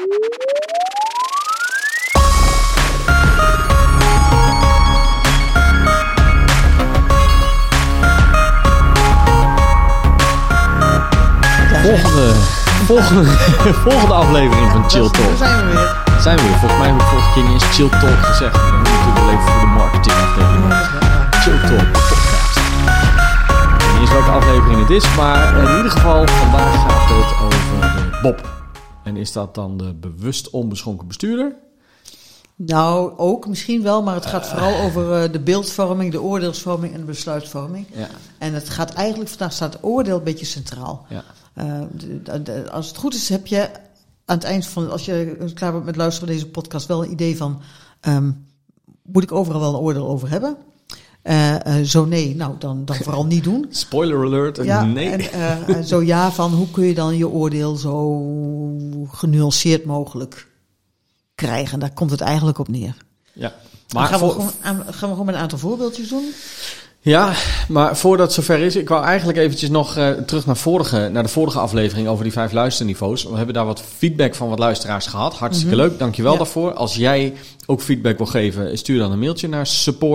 Volgende aflevering van Chill Talk. Daar zijn we weer. Volgens mij heb ik vorige keer niet eens Chill Talk gezegd. Dan moet ik natuurlijk wel even voor de marketingafdeling. Chill Talk, de podcast. Ik weet niet eens welke aflevering het is, maar in ieder geval, vandaag gaat het over de Bob. En is dat dan de bewust onbeschonken bestuurder? Nou, ook misschien wel, maar het gaat vooral over de beeldvorming, de oordeelsvorming en de besluitvorming. Ja. En het gaat eigenlijk, vandaag staat het oordeel een beetje centraal. Ja. Als het goed is, heb je aan het eind van, als je klaar bent met luisteren van deze podcast, wel een idee van, moet ik overal wel een oordeel over hebben? Zo nee, nou dan vooral niet doen. Spoiler alert, ja, nee. En zo ja, van hoe kun je dan je oordeel zo genuanceerd mogelijk krijgen? Daar komt het eigenlijk op neer. Ja, maar gaan we gewoon met een aantal voorbeeldjes doen? Ja, maar voordat het zover is, ik wou eigenlijk eventjes nog terug naar de vorige aflevering over die 5 luisterniveaus. We hebben daar wat feedback van wat luisteraars gehad. Hartstikke leuk, dankjewel daarvoor. Als jij ook feedback wil geven, stuur dan een mailtje naar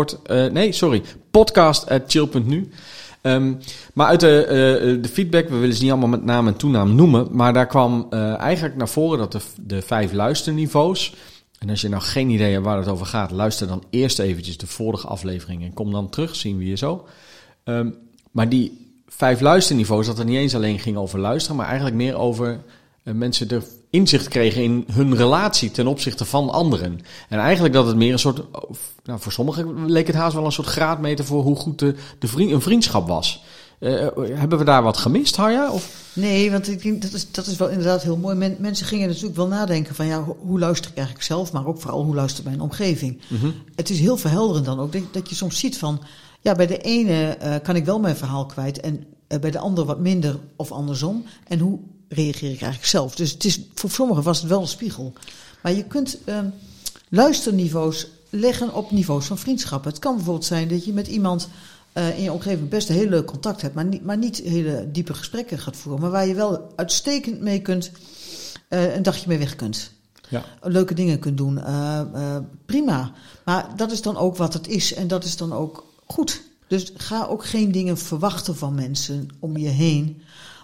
podcast@chill.nu. Maar uit de feedback, we willen ze niet allemaal met naam en toenaam noemen, maar daar kwam eigenlijk naar voren dat de 5 luisterniveaus. En als je nou geen idee hebt waar het over gaat, luister dan eerst eventjes de vorige aflevering en kom dan terug, zien we je zo. Maar die 5 luisterniveaus, dat het niet eens alleen ging over luisteren, maar eigenlijk meer over mensen er inzicht kregen in hun relatie ten opzichte van anderen. En eigenlijk dat het meer een soort, nou voor sommigen leek het haast wel een soort graadmeter voor hoe goed een vriendschap was. Hebben we daar wat gemist, Harja? Of? Nee, want ik denk dat is wel inderdaad heel mooi. Mensen gingen natuurlijk wel nadenken van ja, hoe luister ik eigenlijk zelf, maar ook vooral hoe luistert mijn omgeving. Mm-hmm. Het is heel verhelderend dan ook dat je soms ziet van ja, bij de ene kan ik wel mijn verhaal kwijt en bij de andere wat minder of andersom. En hoe reageer ik eigenlijk zelf? Dus het is, voor sommigen was het wel een spiegel. Maar je kunt luisterniveaus leggen op niveaus van vriendschappen. Het kan bijvoorbeeld zijn dat je met iemand in je omgeving best een heel leuk contact hebt, maar niet hele diepe gesprekken gaat voeren, maar waar je wel uitstekend mee kunt, een dagje mee weg kunt. Ja. Leuke dingen kunt doen. Prima. Maar dat is dan ook wat het is en dat is dan ook goed. Dus ga ook geen dingen verwachten van mensen om je heen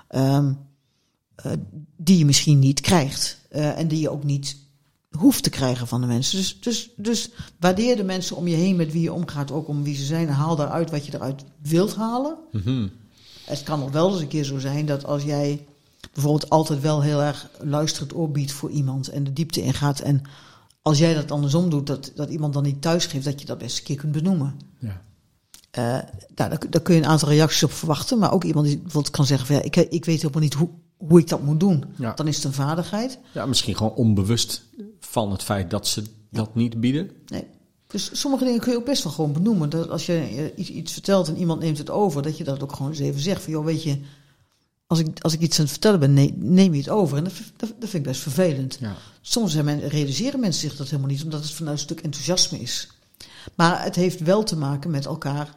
die je misschien niet krijgt en die je ook niet hoeft te krijgen van de mensen. Dus waardeer de mensen om je heen met wie je omgaat, ook om wie ze zijn. En haal daaruit wat je eruit wilt halen. Mm-hmm. Het kan nog wel eens een keer zo zijn dat als jij bijvoorbeeld altijd wel heel erg luisterend oor biedt voor iemand en de diepte ingaat. En als jij dat andersom doet, dat iemand dan niet thuis geeft, dat je dat best een keer kunt benoemen. Ja. Daar kun je een aantal reacties op verwachten. Maar ook iemand die bijvoorbeeld kan zeggen van ja, ik weet helemaal niet hoe ik dat moet doen. Ja. Dan is het een vaardigheid. Ja, misschien gewoon onbewust van het feit dat ze dat niet bieden. Nee. Dus sommige dingen kun je ook best wel gewoon benoemen. Dat als je iets vertelt en iemand neemt het over, dat je dat ook gewoon eens even zegt. Van joh, weet je, als ik iets aan het vertellen ben, neem je het over. En dat vind ik best vervelend. Ja. Soms realiseren mensen zich dat helemaal niet, omdat het vanuit een stuk enthousiasme is. Maar het heeft wel te maken met elkaar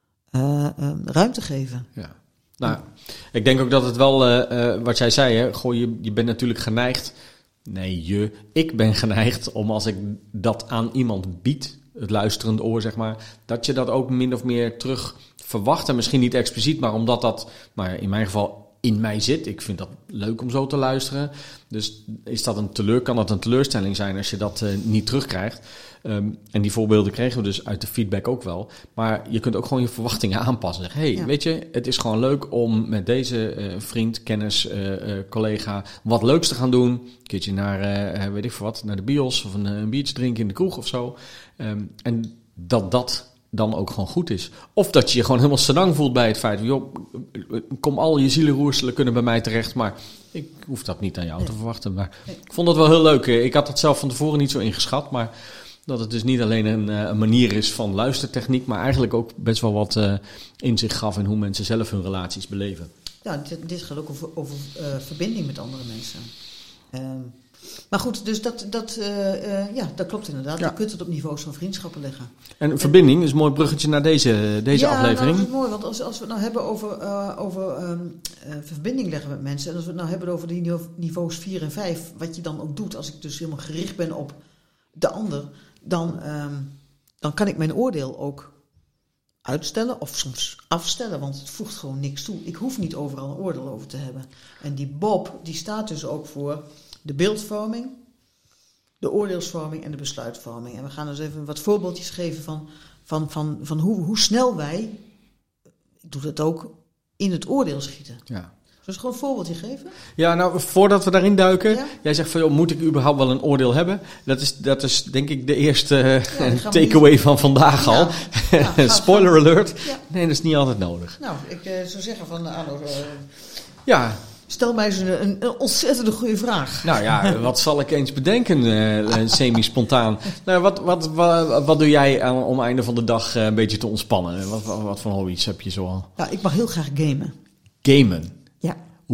ruimte geven. Ja. Nou, ik denk ook dat het wel, wat jij zei, hè, goh, je bent natuurlijk geneigd. Nee, ik ben geneigd om als ik dat aan iemand bied, het luisterende oor zeg maar, dat je dat ook min of meer terug verwacht. En misschien niet expliciet, maar omdat dat, nou ja, in mijn geval in mij zit. Ik vind dat leuk om zo te luisteren. Dus kan dat een teleurstelling zijn als je dat niet terugkrijgt. En die voorbeelden kregen we dus uit de feedback ook wel. Maar je kunt ook gewoon je verwachtingen aanpassen. Zeg, weet je, het is gewoon leuk om met deze vriend, kennis, collega wat leuks te gaan doen. Een keertje naar, weet ik veel wat, naar de bios of een biertje drinken in de kroeg of zo. En dat dan ook gewoon goed is. Of dat je je gewoon helemaal senang voelt bij het feit, joh, kom al je zielenroerselen kunnen bij mij terecht, maar ik hoef dat niet aan jou te verwachten. Maar ik vond dat wel heel leuk. Ik had dat zelf van tevoren niet zo ingeschat, maar dat het dus niet alleen een manier is van luistertechniek, maar eigenlijk ook best wel wat inzicht gaf in hoe mensen zelf hun relaties beleven. Ja, dit gaat ook over verbinding met andere mensen. Maar goed, dus dat klopt inderdaad. Ja. Je kunt het op niveaus van vriendschappen leggen. En verbinding is een mooi bruggetje naar deze aflevering. Ja, dat is mooi, want als we het nou hebben over verbinding leggen met mensen... en als we het nou hebben over die niveaus 4 en 5... wat je dan ook doet als ik dus helemaal gericht ben op de ander... dan kan ik mijn oordeel ook uitstellen of soms afstellen... want het voegt gewoon niks toe. Ik hoef niet overal een oordeel over te hebben. En die Bob, die staat dus ook voor de beeldvorming... de oordeelsvorming en de besluitvorming. En we gaan dus even wat voorbeeldjes geven van hoe snel wij, ik doe dat ook, in het oordeel schieten. Ja. Zullen we gewoon een voorbeeldje geven? Ja, nou, voordat we daarin duiken, Ja? jij zegt van, joh, moet ik überhaupt wel een oordeel hebben? Dat is denk ik de eerste takeaway van vandaag al. Spoiler alert. Ja. Nee, dat is niet altijd nodig. Nou, ik zou zeggen van Arno... Ja. Stel mij eens een ontzettende goede vraag. Nou ja, wat zal ik eens bedenken, semi-spontaan? Nou, wat doe jij om einde van de dag een beetje te ontspannen? Wat voor hobby's heb je zoal? Nou, ik mag heel graag gamen. Gamen? Ja.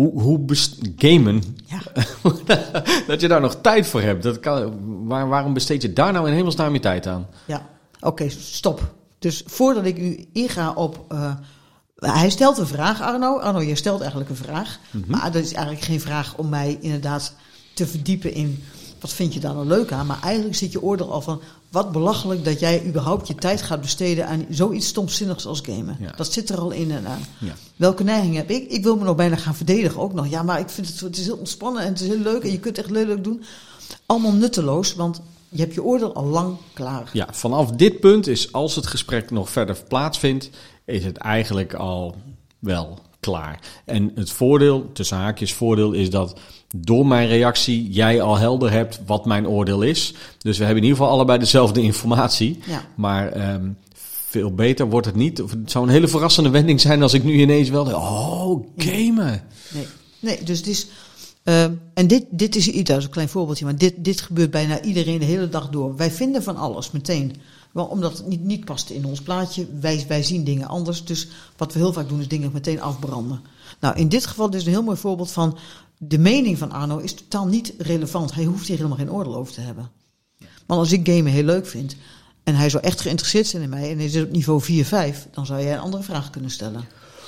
Gamen? Ja. Dat je daar nog tijd voor hebt. Waarom besteed je daar nou in hemelsnaam je tijd aan? Ja, oké, stop. Dus voordat ik u inga op... hij stelt een vraag, Arno. Arno, jij stelt eigenlijk een vraag. Mm-hmm. Maar dat is eigenlijk geen vraag om mij inderdaad te verdiepen in... wat vind je daar nou leuk aan? Maar eigenlijk zit je oordeel al van... wat belachelijk dat jij überhaupt je tijd gaat besteden... aan zoiets stomzinnigs als gamen. Ja. Dat zit er al in en aan. Ja. Welke neiging heb ik? Ik wil me nog bijna gaan verdedigen ook nog. Ja, maar ik vind het is heel ontspannen en het is heel leuk... en je kunt echt leuk doen. Allemaal nutteloos, want... je hebt je oordeel al lang klaar. Ja, vanaf dit punt is, als het gesprek nog verder plaatsvindt... is het eigenlijk al wel klaar. En het voordeel, tussen haakjes voordeel, is dat door mijn reactie jij al helder hebt wat mijn oordeel is. Dus we hebben in ieder geval allebei dezelfde informatie. Ja. Maar veel beter wordt het niet. Of het zou een hele verrassende wending zijn als ik nu ineens wel... gamen. Nee, dus het is... en dit is een klein voorbeeldje, maar dit gebeurt bijna iedereen de hele dag door. Wij vinden van alles meteen. Wel, omdat het niet past in ons plaatje. Wij zien dingen anders. Dus wat we heel vaak doen is dingen meteen afbranden. Nou, in dit geval is een heel mooi voorbeeld van... de mening van Arno is totaal niet relevant. Hij hoeft hier helemaal geen oordeel over te hebben. Maar als ik gamen heel leuk vind... en hij zou echt geïnteresseerd zijn in mij... en hij zit op niveau 4-5... dan zou jij een andere vraag kunnen stellen.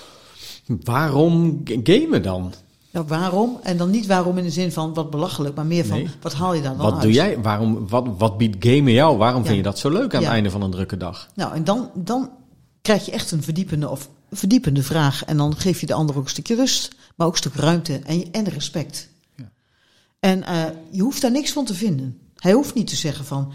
Waarom gamen dan? Nou, waarom? En dan niet waarom in de zin van wat belachelijk... maar meer van wat haal je daar dan uit? Wat doe jij? Wat biedt gamen jou? Waarom vind je dat zo leuk aan het einde van een drukke dag? Nou, en dan krijg je echt een verdiepende vraag... en dan geef je de ander ook een stukje rust... maar ook een stuk ruimte en respect. Ja. En je hoeft daar niks van te vinden. Hij hoeft niet te zeggen van...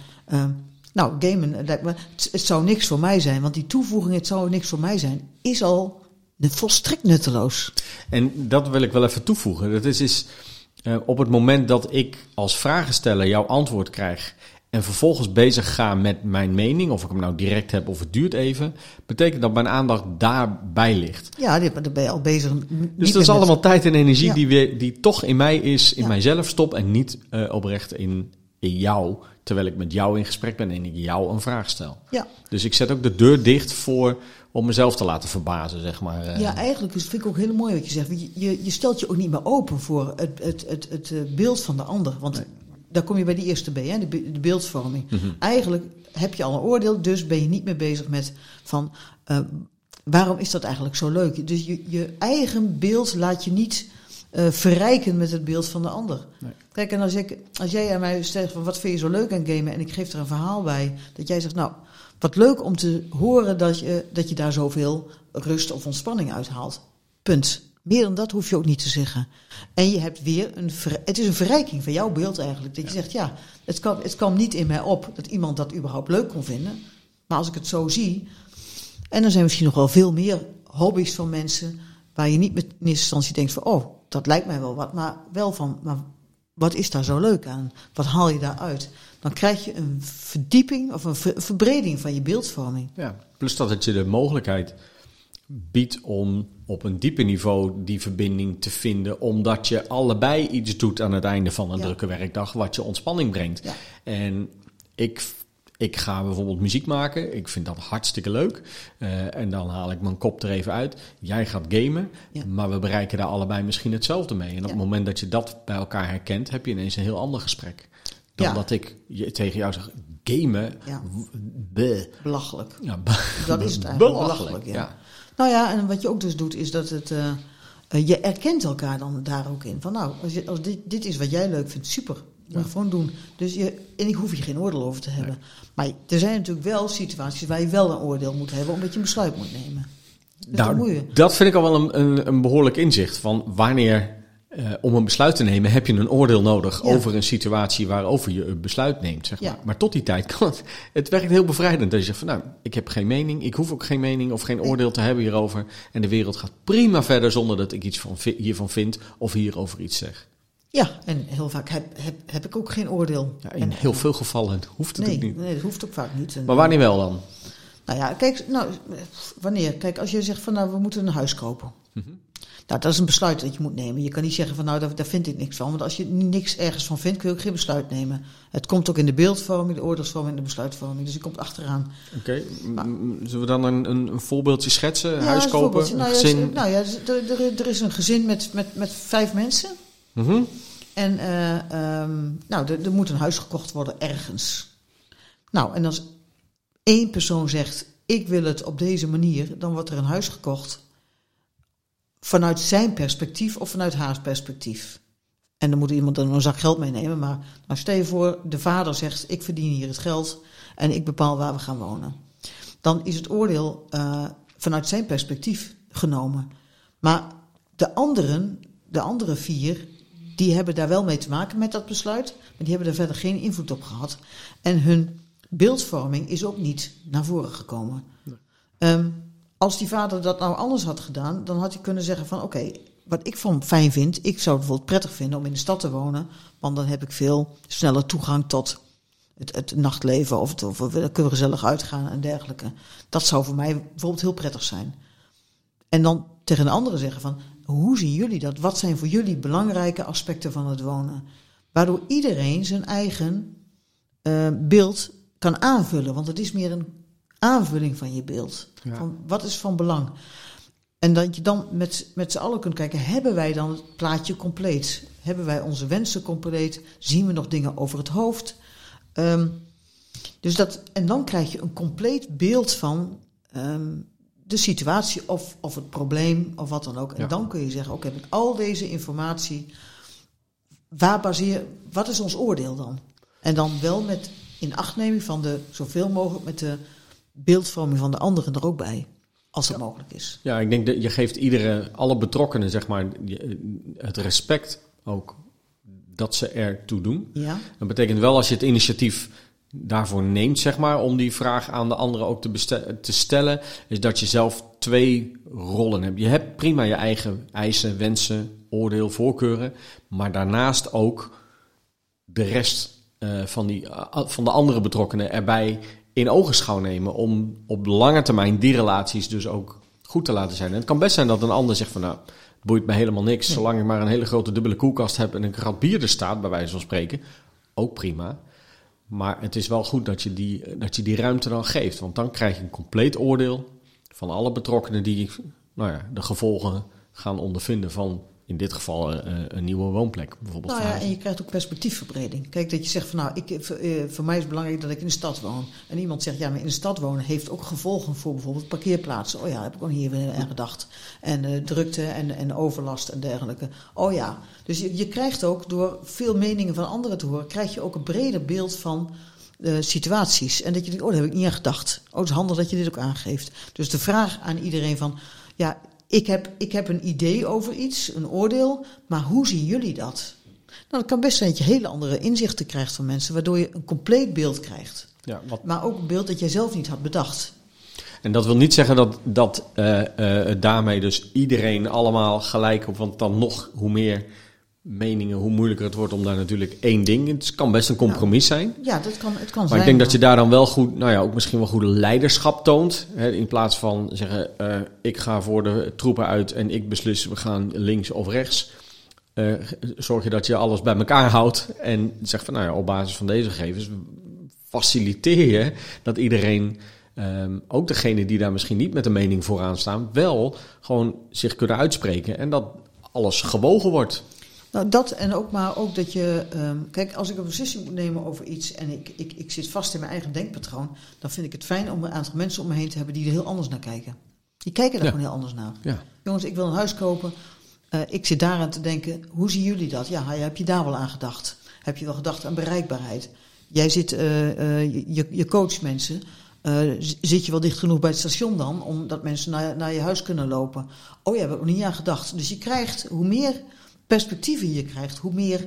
nou, gamen, het zou niks voor mij zijn... want die toevoeging, het zou niks voor mij zijn... is al... volstrekt nutteloos. En dat wil ik wel even toevoegen. Dat is op het moment dat ik als vragensteller jouw antwoord krijg... en vervolgens bezig ga met mijn mening... of ik hem nou direct heb of het duurt even... betekent dat mijn aandacht daarbij ligt. Ja, daar ben je al bezig. Dus dat is allemaal tijd en energie die toch in mij is... in mijzelf stop en niet oprecht in jou... terwijl ik met jou in gesprek ben en ik jou een vraag stel. Ja. Dus ik zet ook de deur dicht om mezelf te laten verbazen, zeg maar. Ja, eigenlijk vind ik ook heel mooi wat je zegt. Je stelt je ook niet meer open voor het beeld van de ander. Want daar kom je bij die eerste B, hè, de beeldvorming. Mm-hmm. Eigenlijk heb je al een oordeel, dus ben je niet meer bezig met van... waarom is dat eigenlijk zo leuk? Dus je eigen beeld laat je niet... verrijken met het beeld van de ander. Nee. Kijk, en als jij aan mij zegt van wat vind je zo leuk aan gamen... en ik geef er een verhaal bij, dat jij zegt... nou, wat leuk om te horen dat je daar zoveel rust of ontspanning uithaalt. Punt. Meer dan dat hoef je ook niet te zeggen. En je hebt weer het is een verrijking van jouw beeld eigenlijk. Dat je zegt, ja, het kwam niet in mij op... dat iemand dat überhaupt leuk kon vinden. Maar als ik het zo zie... en er zijn misschien nog wel veel meer hobby's van mensen... waar je niet met in eerste instantie denkt van... oh, dat lijkt mij wel wat, maar wel van... maar wat is daar zo leuk aan? Wat haal je daaruit? Dan krijg je een verdieping of een verbreding van je beeldvorming. Ja, plus dat het je de mogelijkheid biedt om op een dieper niveau die verbinding te vinden... omdat je allebei iets doet aan het einde van een drukke werkdag... wat je ontspanning brengt. Ja. En Ik ga bijvoorbeeld muziek maken. Ik vind dat hartstikke leuk. En dan haal ik mijn kop er even uit. Jij gaat gamen. Ja. Maar we bereiken daar allebei misschien hetzelfde mee. En op het moment dat je dat bij elkaar herkent, heb je ineens een heel ander gesprek. Dan dat ik tegen jou zeg, gamen, belachelijk. Ja, dat is het eigenlijk, belachelijk. Ja. Nou ja, en wat je ook dus doet, is dat het... je erkent elkaar dan daar ook in. Van nou, als dit is wat jij leuk vindt, super. Moet je gewoon doen. Dus en ik hoef je geen oordeel over te hebben. Nee. Maar er zijn natuurlijk wel situaties waar je wel een oordeel moet hebben, omdat je een besluit moet nemen. Dus nou, dat vind ik al wel een behoorlijk inzicht. Van wanneer, om een besluit te nemen, heb je een oordeel nodig over een situatie waarover je een besluit neemt. Zeg maar. Ja. Maar tot die tijd kan het werkt heel bevrijdend. Dat je zegt van nou, ik heb geen mening, ik hoef ook geen mening of geen oordeel te hebben hierover. En de wereld gaat prima verder zonder dat ik iets hiervan vind of hierover iets zeg. Ja, en heel vaak heb ik ook geen oordeel. Ja, in heel veel gevallen hoeft het ook niet. Nee, dat hoeft ook vaak niet. Maar wanneer wel dan? Nou ja, kijk, wanneer? Kijk, als je zegt van nou, we moeten een huis kopen. Mm-hmm. Nou, dat is een besluit dat je moet nemen. Je kan niet zeggen van nou, daar vind ik niks van. Want als je niks ergens van vindt, kun je ook geen besluit nemen. Het komt ook in de beeldvorming, de oordeelsvorming en de besluitvorming. Dus je komt achteraan. Oké. Zullen we dan een voorbeeldje schetsen? Ja, huis kopen, een gezin? Er is een gezin met 5 mensen. Mm-hmm. En er moet een huis gekocht worden ergens. Nou, en als 1 persoon zegt, ik wil het op deze manier, dan wordt er een huis gekocht vanuit zijn perspectief of vanuit haar perspectief. En dan moet iemand dan een zak geld meenemen, maar nou, stel je voor, de vader zegt, ik verdien hier het geld en ik bepaal waar we gaan wonen. Dan is het oordeel vanuit zijn perspectief genomen. Maar de andere 4... die hebben daar wel mee te maken met dat besluit, maar die hebben er verder geen invloed op gehad. En hun beeldvorming is ook niet naar voren gekomen. Nee. Als die vader dat nou anders had gedaan, dan had hij kunnen zeggen van oké, wat ik fijn vind, ik zou het bijvoorbeeld prettig vinden om in de stad te wonen, want dan heb ik veel sneller toegang tot het nachtleven of kunnen we gezellig uitgaan en dergelijke. Dat zou voor mij bijvoorbeeld heel prettig zijn. En dan tegen een andere zeggen van, hoe zien jullie dat? Wat zijn voor jullie belangrijke aspecten van het wonen? Waardoor iedereen zijn eigen beeld kan aanvullen. Want het is meer een aanvulling van je beeld. Ja. Van wat is van belang? En dat je dan met z'n allen kunt kijken, hebben wij dan het plaatje compleet? Hebben wij onze wensen compleet? Zien we nog dingen over het hoofd? En dan krijg je een compleet beeld van de situatie of het probleem of wat dan ook. En dan kun je zeggen, oké, met al deze informatie, wat is ons oordeel dan? En dan wel met inachtneming van zoveel mogelijk met de beeldvorming van de anderen er ook bij, als het mogelijk is. Ja, ik denk dat je geeft alle betrokkenen, zeg maar, het respect ook dat ze ertoe doen. Ja. Dat betekent wel, als je het initiatief daarvoor neemt, zeg maar, om die vraag aan de anderen ook te stellen, is dat je zelf 2 rollen hebt. Je hebt prima je eigen eisen, wensen, oordeel, voorkeuren, maar daarnaast ook de rest van de andere betrokkenen erbij in ogenschouw nemen om op lange termijn die relaties dus ook goed te laten zijn. En het kan best zijn dat een ander zegt van nou, het boeit me helemaal niks, zolang ik maar een hele grote dubbele koelkast heb en een krat bier er staat, bij wijze van spreken, ook prima. Maar het is wel goed dat je die ruimte dan geeft. Want dan krijg je een compleet oordeel van alle betrokkenen die de gevolgen gaan ondervinden van, in dit geval, een nieuwe woonplek. Bijvoorbeeld. Nou ja, en je krijgt ook perspectiefverbreding. Kijk, dat je zegt van nou, voor mij is het belangrijk dat ik in de stad woon. En iemand zegt, ja, maar in de stad wonen heeft ook gevolgen voor bijvoorbeeld parkeerplaatsen. Oh ja, heb ik ook hier weer aan gedacht. En drukte en overlast en dergelijke. Oh ja, dus je krijgt ook door veel meningen van anderen te horen, krijg je ook een breder beeld van situaties. En dat je denkt, daar heb ik niet aan gedacht. Het is handig dat je dit ook aangeeft. Dus de vraag aan iedereen van, ja, ik heb een idee over iets, een oordeel, maar hoe zien jullie dat? Nou, dat kan best zijn dat je hele andere inzichten krijgt van mensen, waardoor je een compleet beeld krijgt. Ja, maar ook een beeld dat jij zelf niet had bedacht. En dat wil niet zeggen dat daarmee dus iedereen allemaal gelijk op, want dan nog hoe meer meningen, hoe moeilijker het wordt om daar natuurlijk één ding. Het kan best een compromis zijn. Ja, het kan maar zijn. Ik denk dat je daar dan wel goed, ook misschien wel goede leiderschap toont. Hè, in plaats van zeggen, ik ga voor de troepen uit en ik beslis, we gaan links of rechts. Zorg je dat je alles bij elkaar houdt en zegt van, op basis van deze gegevens faciliteer je dat iedereen, ook degene die daar misschien niet met een mening vooraan staan, wel gewoon zich kunnen uitspreken en dat alles gewogen wordt. Nou, dat en ook dat je... kijk, als ik een beslissing moet nemen over iets en ik zit vast in mijn eigen denkpatroon, dan vind ik het fijn om een aantal mensen om me heen te hebben die er heel anders naar kijken. Die kijken daar gewoon heel anders naar. Ja. Jongens, ik wil een huis kopen. Ik zit daaraan te denken, hoe zien jullie dat? Ja, heb je daar wel aan gedacht? Heb je wel gedacht aan bereikbaarheid? Jij zit, je coacht mensen. Zit je wel dicht genoeg bij het station dan, omdat mensen naar je huis kunnen lopen? Oh ja, we hebben er niet aan gedacht. Dus je krijgt, hoe meer perspectieven je krijgt, hoe meer,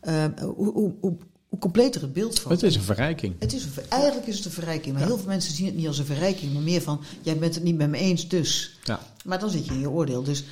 hoe completer het beeld van. Het is een verrijking. Eigenlijk is het een verrijking. Maar heel veel mensen zien het niet als een verrijking, maar meer van, jij bent het niet met me eens, dus. Ja. Maar dan zit je in je oordeel. Dus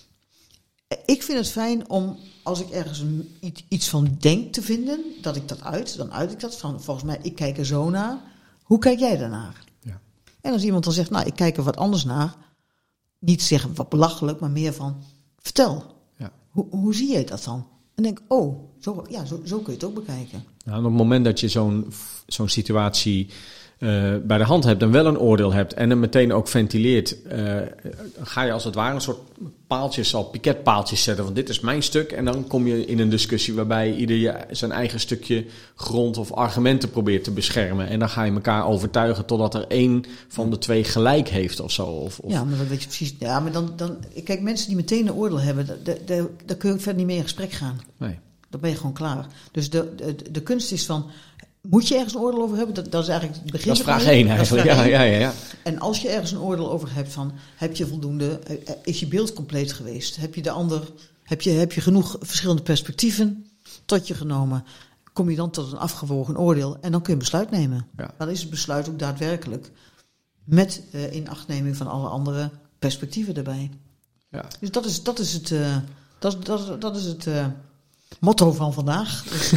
ik vind het fijn om, als ik ergens iets van denk te vinden, dat ik dat dan uit ik dat van, volgens mij, ik kijk er zo naar. Hoe kijk jij daarnaar? Ja. En als iemand dan zegt, nou, ik kijk er wat anders naar, niet zeggen wat belachelijk, maar meer van, vertel. Ja. Hoe zie jij dat dan? En denk, zo kun je het ook bekijken. Nou, op het moment dat je zo'n situatie bij de hand hebt en wel een oordeel hebt en hem meteen ook ventileert, ga je als het ware een soort piketpaaltjes zetten van dit is mijn stuk. En dan kom je in een discussie waarbij ieder zijn eigen stukje grond of argumenten probeert te beschermen. En dan ga je elkaar overtuigen totdat er één van de twee gelijk heeft of zo. Ja, maar dat weet je precies. Ja, maar dan kijk, mensen die meteen een oordeel hebben, daar kun je verder niet mee in gesprek gaan. Nee. Dan ben je gewoon klaar. Dus de kunst is van, moet je ergens een oordeel over hebben? Dat is eigenlijk het begin. Dat is vraag 1 eigenlijk. Ja. En als je ergens een oordeel over hebt van, heb je voldoende, is je beeld compleet geweest? Heb je genoeg verschillende perspectieven tot je genomen? Kom je dan tot een afgewogen oordeel en dan kun je een besluit nemen. Ja. Dan is het besluit ook daadwerkelijk met inachtneming van alle andere perspectieven erbij. Ja. Dus dat is het motto van vandaag. Dus,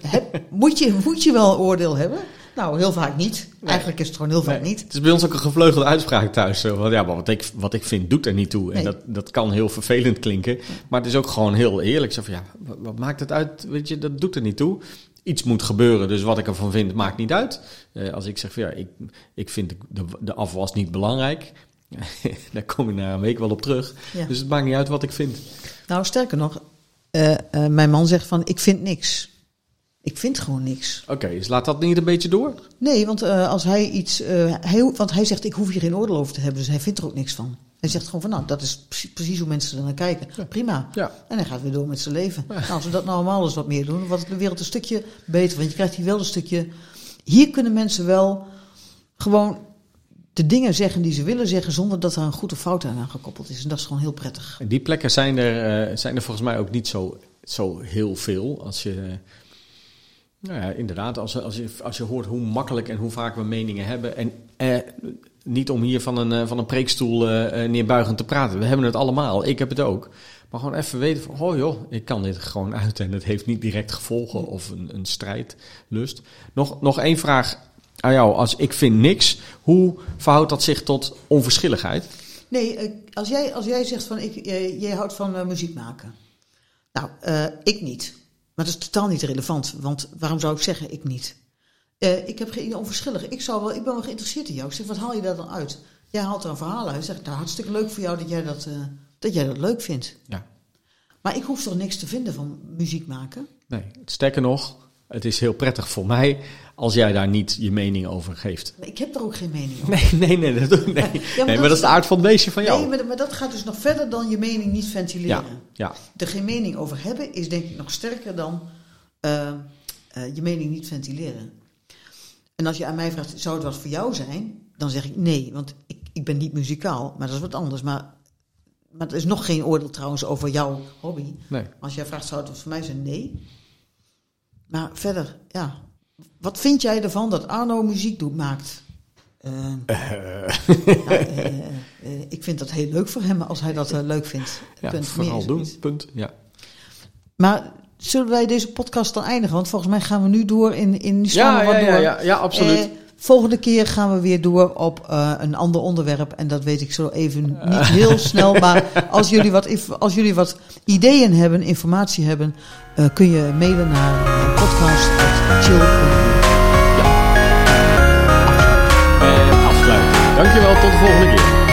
moet je wel een oordeel hebben? Nou, heel vaak niet. Nee. Eigenlijk is het gewoon heel vaak niet. Het is bij ons ook een gevleugelde uitspraak thuis. Want ja, maar wat ik vind doet er niet toe. En dat kan heel vervelend klinken. Maar het is ook gewoon heel eerlijk. Zo van, ja, wat maakt het uit? Weet je, dat doet er niet toe. Iets moet gebeuren, dus wat ik ervan vind maakt niet uit. Als ik zeg van ja, ik vind de afwas niet belangrijk. Daar kom je na een week wel op terug. Ja. Dus het maakt niet uit wat ik vind. Nou, sterker nog, mijn man zegt van, ik vind niks. Ik vind gewoon niks. Oké, dus laat dat niet een beetje door? Nee, want als hij want hij zegt, ik hoef hier geen oordeel over te hebben, dus hij vindt er ook niks van. Hij zegt gewoon van, nou, dat is precies hoe mensen er naar kijken. Ja. Prima. Ja. En hij gaat weer door met zijn leven. Ja. Nou, als we dat nou allemaal eens wat meer doen, dan wordt de wereld een stukje beter. Want je krijgt hier wel een stukje. Hier kunnen mensen wel gewoon de dingen zeggen die ze willen zeggen, zonder dat er een goed of fout aan gekoppeld is. En dat is gewoon heel prettig. En die plekken zijn er volgens mij ook niet zo heel veel. Als je, nou ja, inderdaad, als je hoort hoe makkelijk en hoe vaak we meningen hebben. En niet om hier van een preekstoel neerbuigend te praten. We hebben het allemaal. Ik heb het ook. Maar gewoon even weten van, oh joh, ik kan dit gewoon uit. En het heeft niet direct gevolgen of een strijdlust. Nog één vraag aan jou. Als ik vind niks, hoe verhoudt dat zich tot onverschilligheid? Nee, als jij zegt van, jij houdt van muziek maken. Nou, ik niet. Maar dat is totaal niet relevant. Want waarom zou ik zeggen, ik niet? Ik heb geen onverschillig. Ik ben wel geïnteresseerd in jou. Ik zeg, wat haal je daar dan uit? Jij haalt er een verhaal uit. Ik zeg, nou, hartstikke leuk voor jou dat jij dat leuk vindt. Ja. Maar ik hoef toch niks te vinden van muziek maken? Nee, sterker nog, het is heel prettig voor mij als jij daar niet je mening over geeft. Maar ik heb er ook geen mening over. Nee, maar dat is de aard van het beestje van jou. Nee, maar dat gaat dus nog verder dan je mening niet ventileren. Ja. Er geen mening over hebben is denk ik nog sterker dan je mening niet ventileren. En als je aan mij vraagt, zou het wat voor jou zijn? Dan zeg ik nee, want ik ben niet muzikaal. Maar dat is wat anders. Maar er is nog geen oordeel trouwens over jouw hobby. Nee. Als jij vraagt, zou het wat voor mij zijn? Nee. Maar verder, ja. Wat vind jij ervan dat Arno muziek maakt? Ik vind dat heel leuk voor hem als hij dat leuk vindt. Ja, punt. Vooral doen, punt. Ja. Maar zullen wij deze podcast dan eindigen? Want volgens mij gaan we nu door in Ja, absoluut. Volgende keer gaan we weer door op een ander onderwerp. En dat weet ik zo even niet heel snel. Maar als jullie wat ideeën hebben, informatie hebben, kun je mailen naar podcast@chill.nl. Ja. Dankjewel, tot de volgende keer.